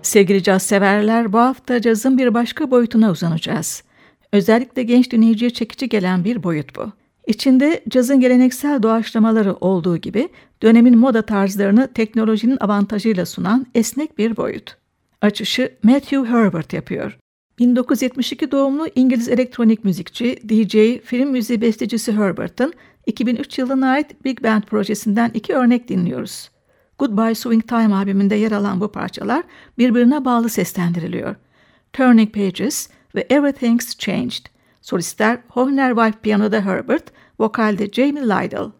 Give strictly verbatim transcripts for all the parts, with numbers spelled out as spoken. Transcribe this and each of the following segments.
Sevgili caz severler, bu hafta cazın bir başka boyutuna uzanacağız. Özellikle genç dinleyiciye çekici gelen bir boyut bu. İçinde cazın geleneksel doğaçlamaları olduğu gibi dönemin moda tarzlarını teknolojinin avantajıyla sunan esnek bir boyut. Açışı Matthew Herbert yapıyor. bin dokuz yüz yetmiş iki doğumlu İngiliz elektronik müzikçi, D J, film müziği bestecisi Herbert'ın iki bin üç yılına ait Big Band projesinden iki örnek dinliyoruz. Goodbye Swing Time albümünde yer alan bu parçalar birbirine bağlı seslendiriliyor. Turning Pages ve Everything's Changed. Solistler Horner White piyanoda Herbert, vokalde Jamie Lydell.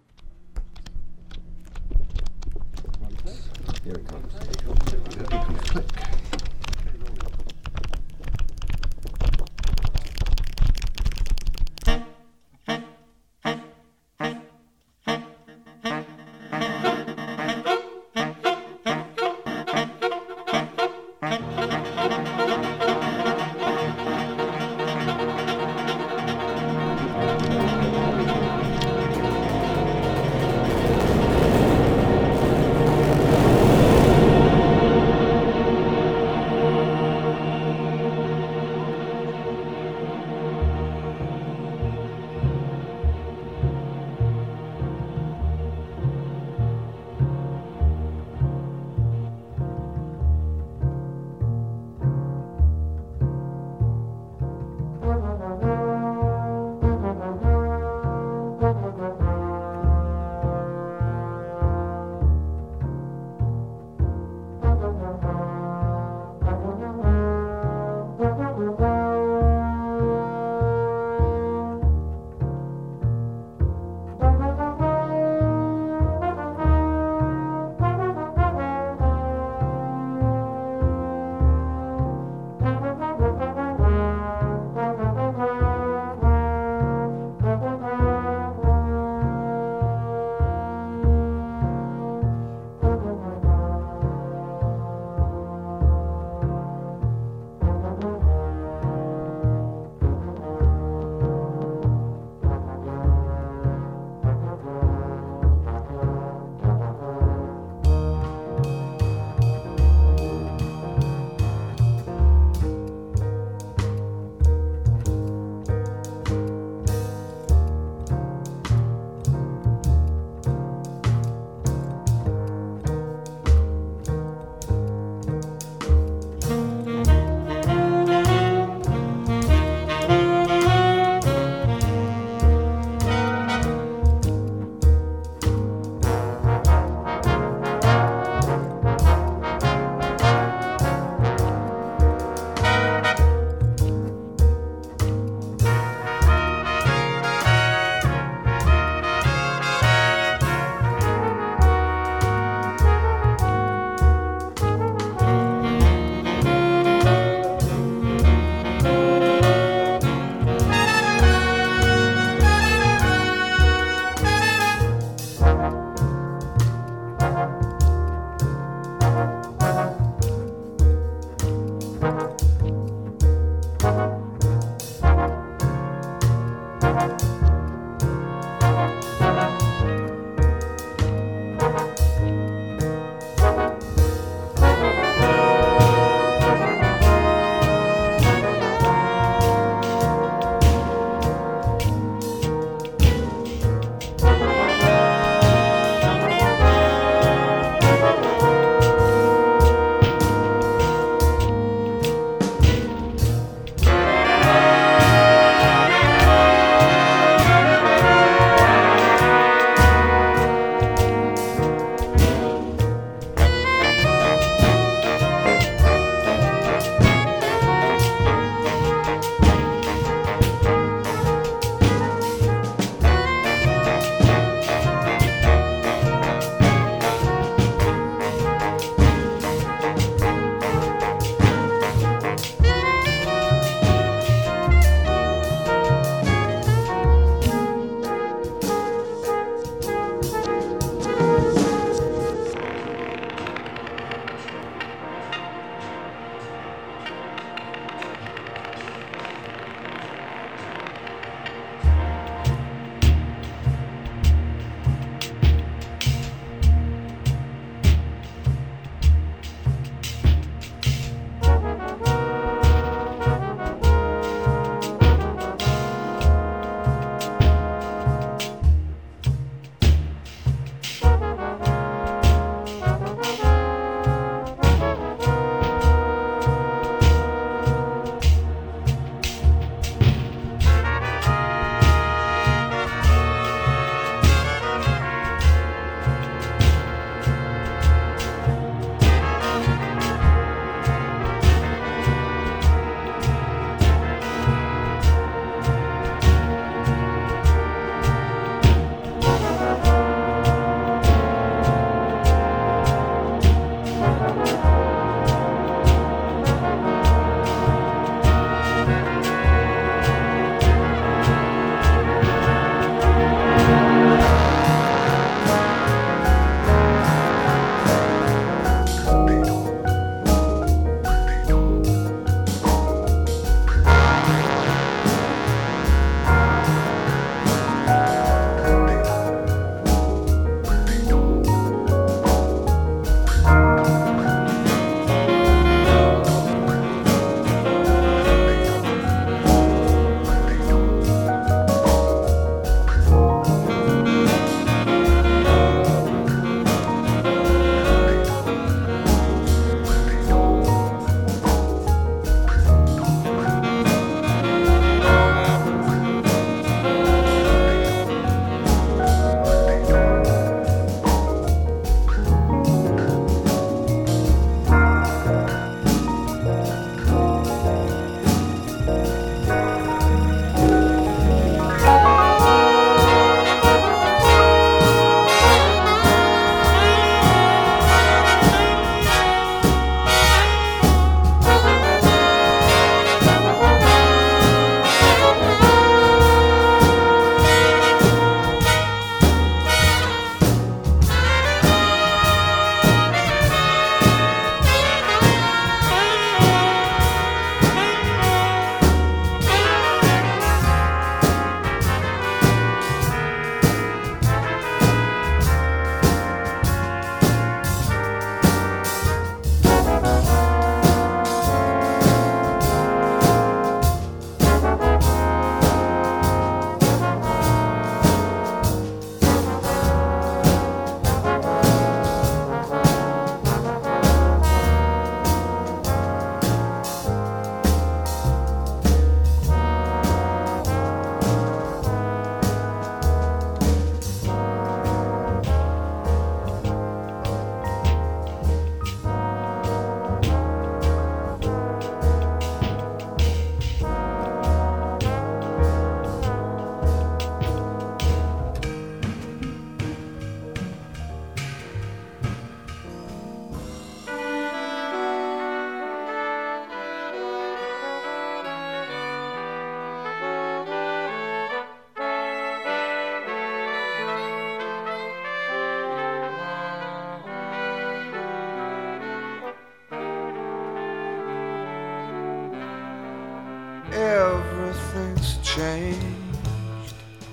Everything's changed.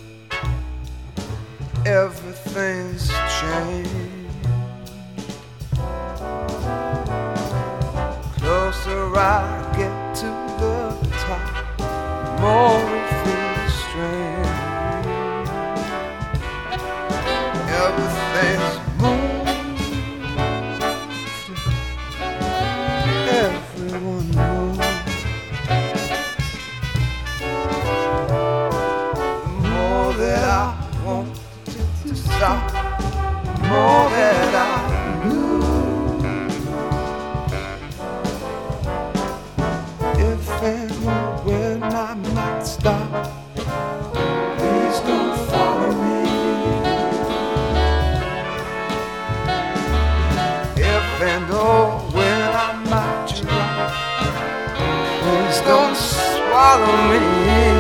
Everything's changed. Closer I get to the top, more it feels strange. Everything's moved. Everyone moves. The more that I want to stop, the more that I lose. If and when I might stop, please don't follow me. If and oh, when I might drop, please don't swallow me.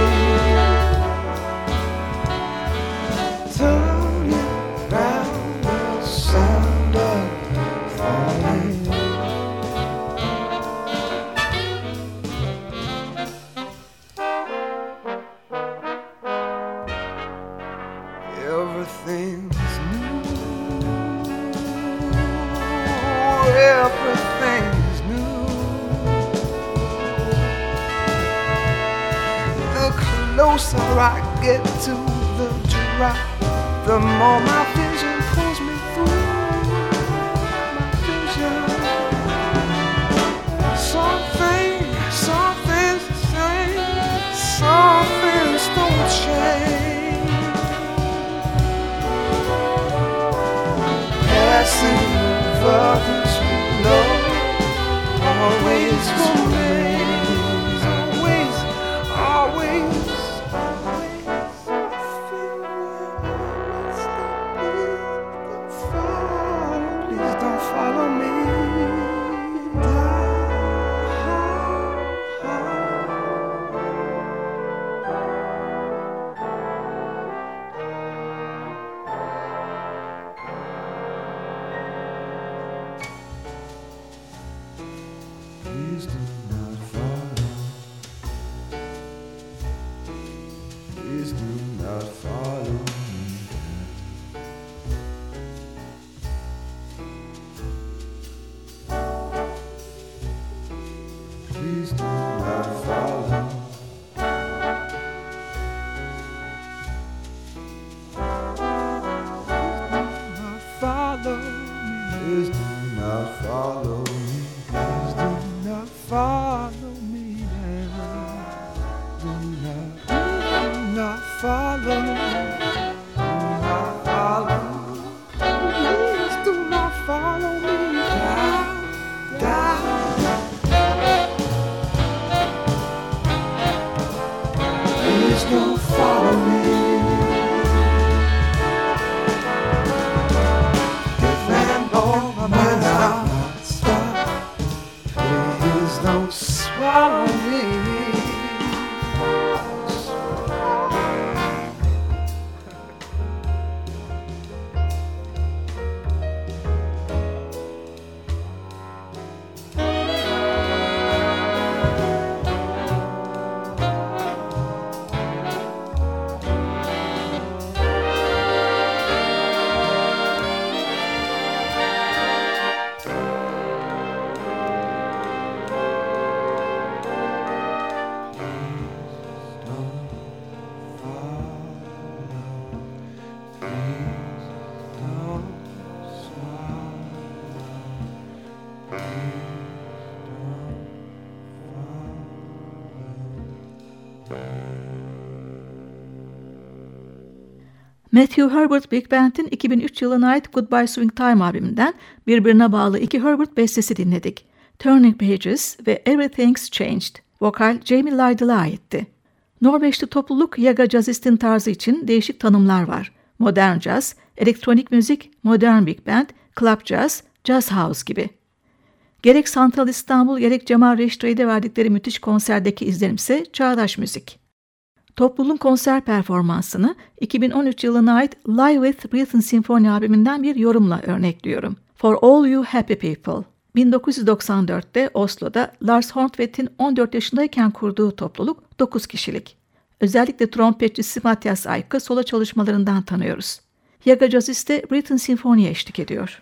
Turning round the sound of falling. Everything's new. Everything's new. The closer I get to the drop, the more my vision pulls me through. My vision. Something, something's the same. Some things don't change. Passing over this love always remains. Always, always, always. I feel where I must stop. Please don't follow me. Please do not follow. Please do not follow me. Please do not follow. Please do not follow me. Please do not follow me. Do not, do not follow me. Do not follow. Please do not follow me. Down, down. Please don't follow me. If and all when I stop, please don't swallow me. Matthew Herbert Big Band'in iki bin üç yılına ait Goodbye Swing Time albümünden birbirine bağlı iki Herbert bestesi dinledik. Turning Pages ve Everything's Changed. Vokal Jamie Lydell'a aitti. Norveçli topluluk Yaga Jazzist'in tarzı için değişik tanımlar var. Modern jazz, elektronik müzik, modern big band, club jazz, jazz house gibi. Gerek Santral İstanbul gerek Cemal Reşitre'de verdikleri müthiş konserdeki izlenimse çağdaş müzik. Topluluğun konser performansını iki bin on üç yılına ait Live with Rhythm Symphony albümünden bir yorumla örnekliyorum. For All You Happy People. bin dokuz yüz doksan dörtte Oslo'da Lars Horntvett'in on dört yaşındayken kurduğu topluluk dokuz kişilik. Özellikle trompetçisi Matthias Eich'ı solo çalışmalarından tanıyoruz. Yaga Jazzist'te Britten Sinfoni'ye eşlik ediyor.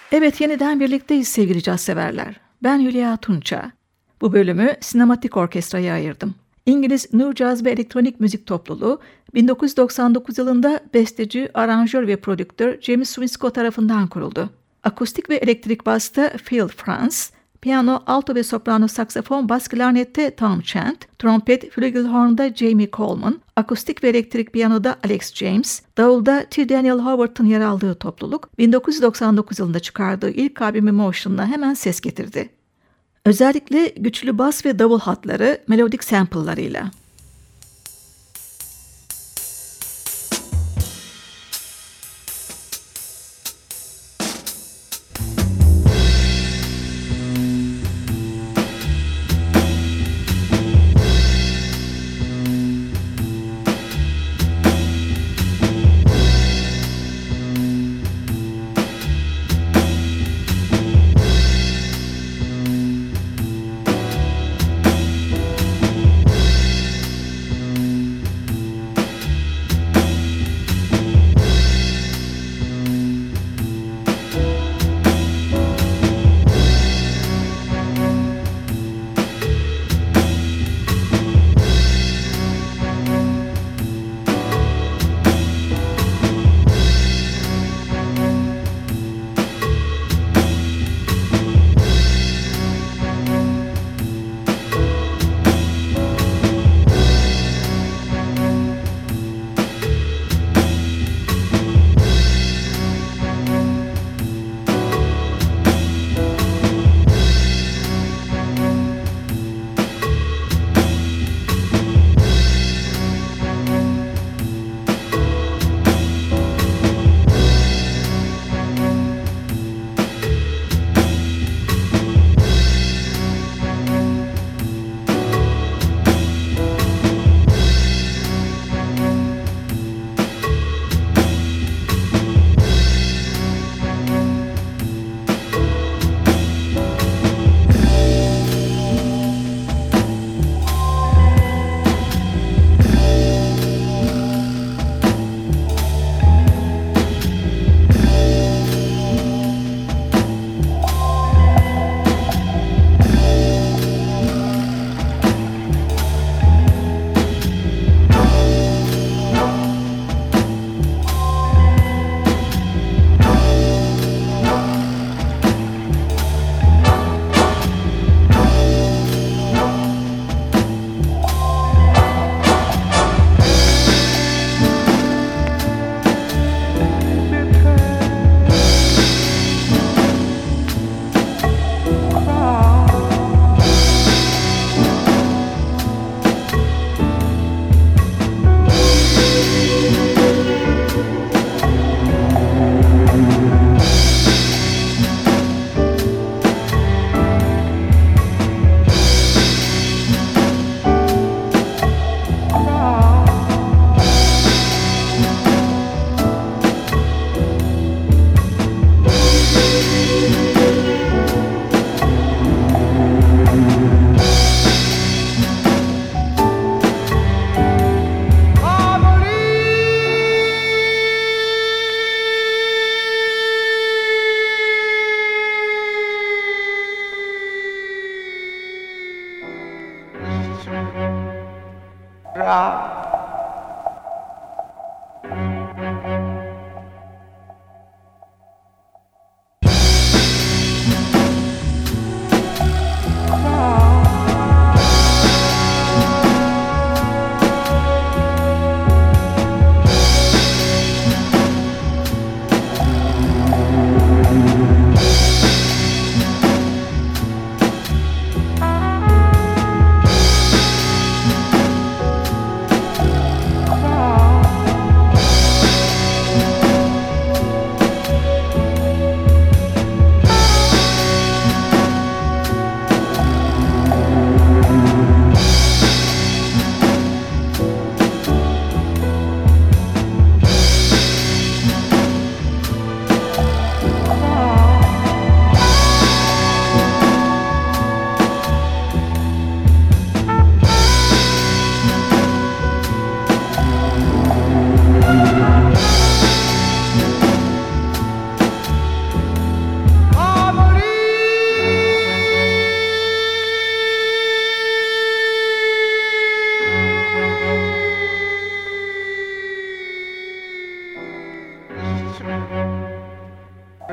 Evet, yeniden birlikteyiz sevgili caz severler. Ben Hülya Tunça. Bu bölümü sinematik orkestraya ayırdım. İngiliz New Caz ve Elektronik Müzik Topluluğu bin dokuz yüz doksan dokuz yılında besteci, aranjör ve prodüktör James Swinscoe tarafından kuruldu. Akustik ve elektrik basta Phil Frantz, piyano, alto ve soprano saksafon, bas klarnette Tom Chant, trompet, flügelhorn'da Jamie Coleman, akustik ve elektrik piyanoda Alex James, davulda T. Daniel Howard'ın yer aldığı topluluk bin dokuz yüz doksan dokuz yılında çıkardığı ilk albümü Motion'la hemen ses getirdi. Özellikle güçlü bas ve davul hatları melodik sample'larıyla.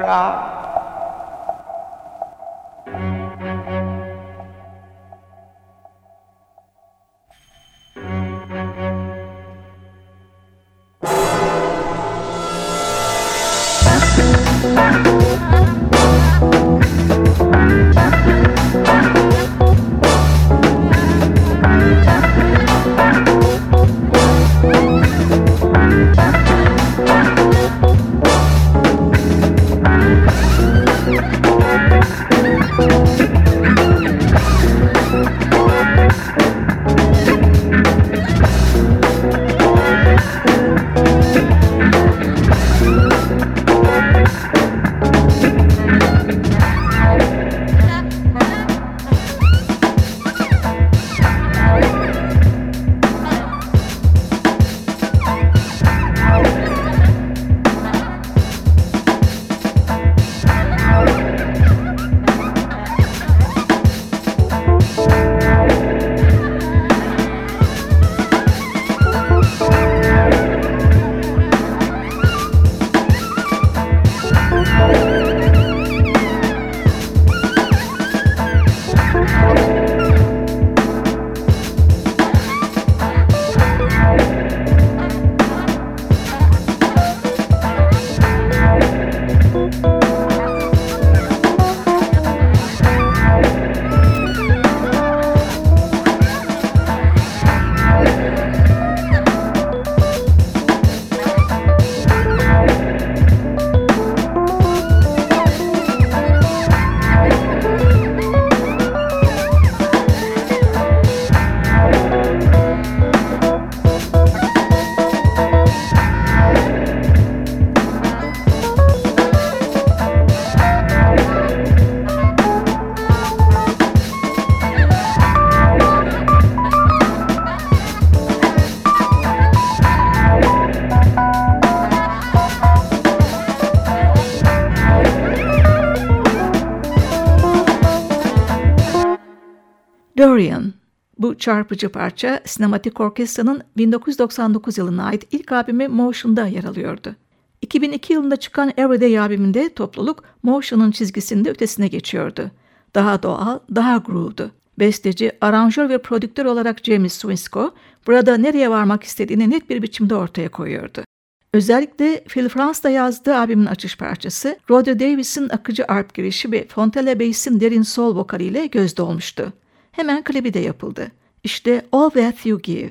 dry. Dorian. Bu çarpıcı parça Sinematik Orkestra'nın bin dokuz yüz doksan dokuz yılına ait ilk albümü Motion'da yer alıyordu. iki bin iki yılında çıkan Everyday albümünde topluluk Motion'un çizgisinde ötesine geçiyordu. Daha doğal, daha groove'du. Besteci, aranjör ve prodüktör olarak James Swinscoe burada nereye varmak istediğini net bir biçimde ortaya koyuyordu. Özellikle Phil Franz'da yazdığı albümün açış parçası, Roddy Davis'in akıcı arp girişi ve Fontella Bass'in derin sol vokaliyle gözde olmuştu. Hemen klibi de yapıldı. İşte All That You Give.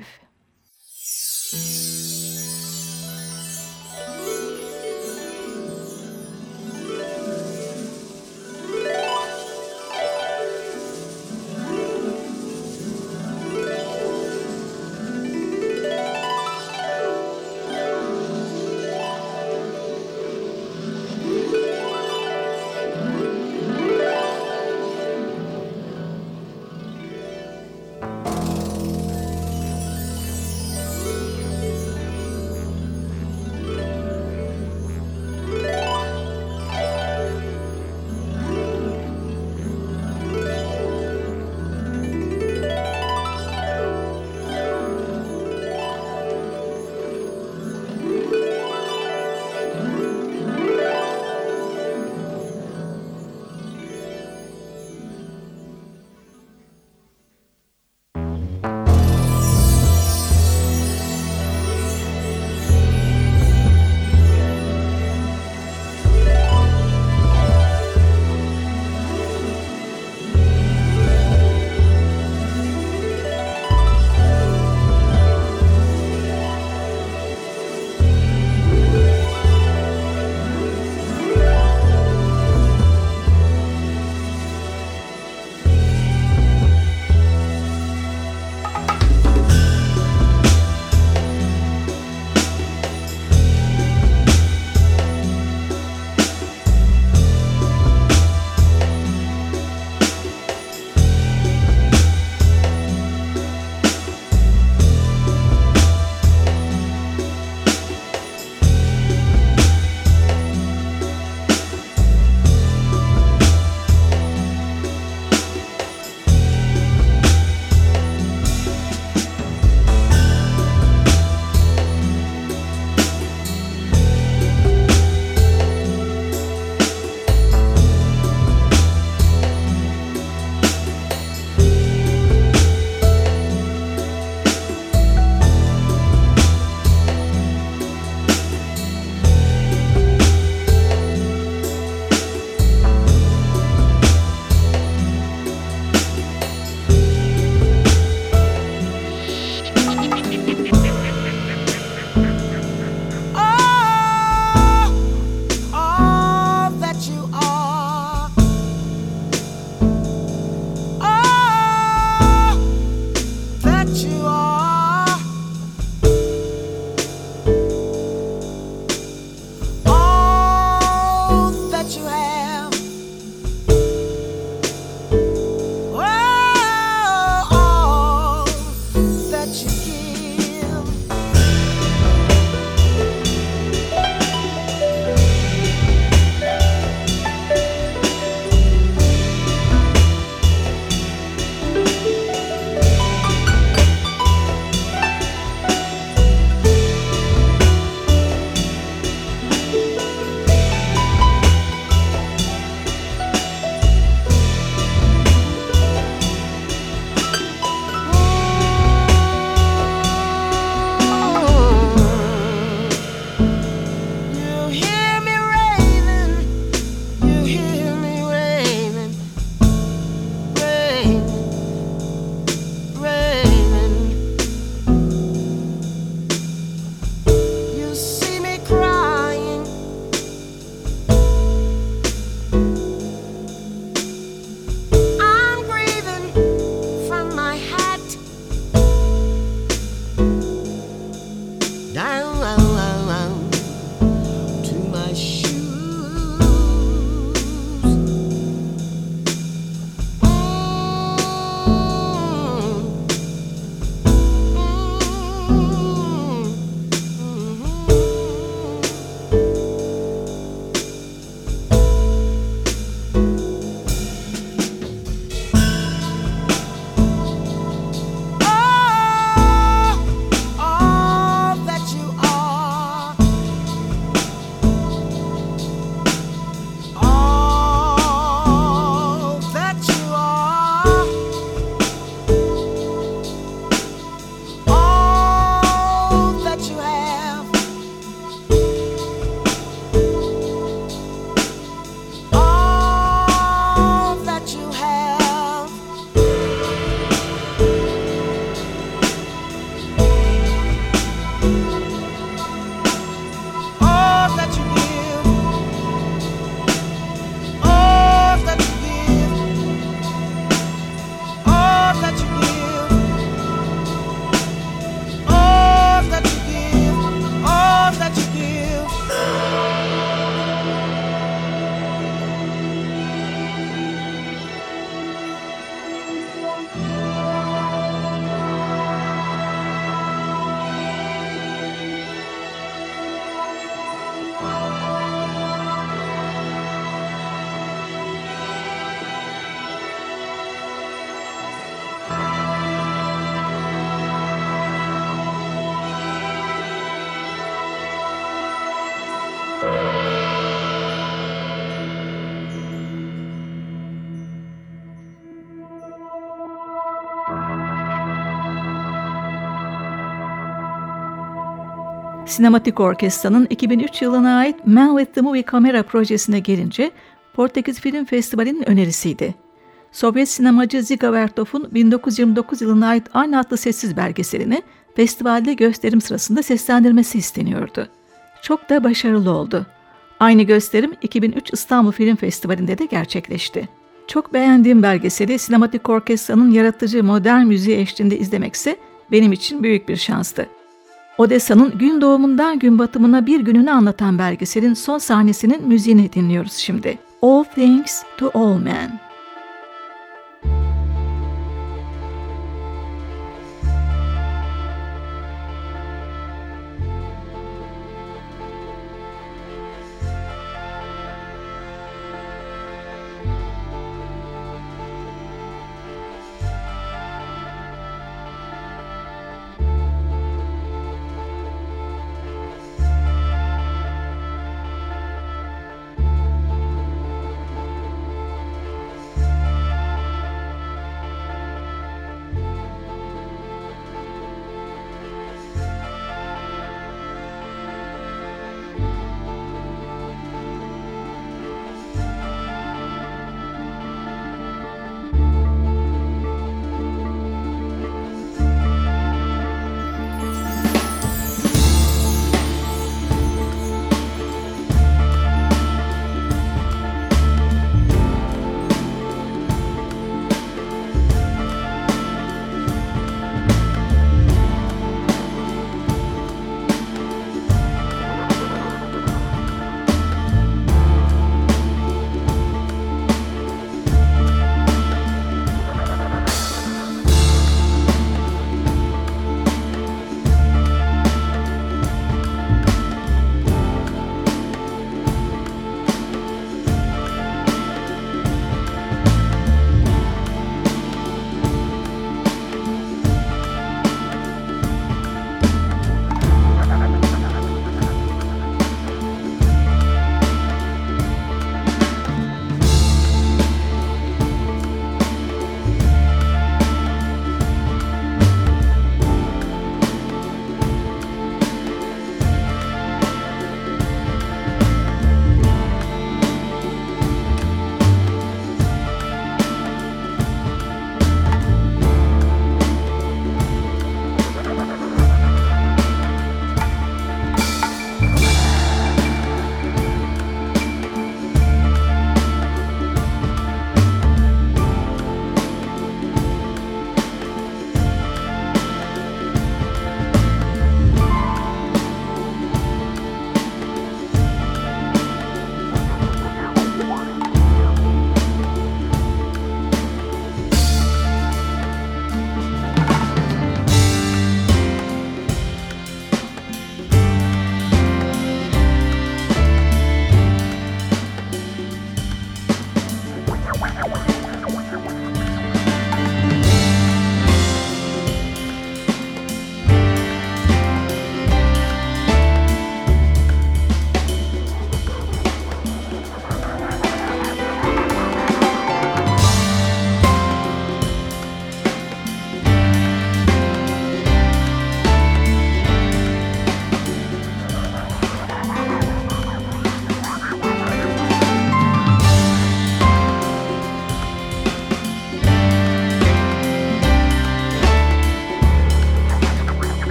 Sinematik Orkestra'nın iki bin üç yılına ait Man with the Movie Camera projesine gelince Portekiz Film Festivali'nin önerisiydi. Sovyet sinemacı Dziga Vertov'un bin dokuz yüz yirmi dokuz yılına ait aynı adlı sessiz belgeselini festivalde gösterim sırasında seslendirmesi isteniyordu. Çok da başarılı oldu. Aynı gösterim iki bin üç İstanbul Film Festivali'nde de gerçekleşti. Çok beğendiğim belgeseli Sinematik Orkestra'nın yaratıcı modern müziği eşliğinde izlemekse benim için büyük bir şanstı. Odessa'nın gün doğumundan gün batımına bir gününü anlatan belgeselin son sahnesinin müziğini dinliyoruz şimdi. All Things to All Men.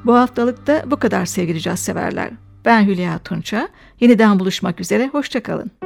Bu haftalık da bu kadar sevgili caz severler. Ben Hülya Tunça. Yeniden buluşmak üzere, hoşça kalın.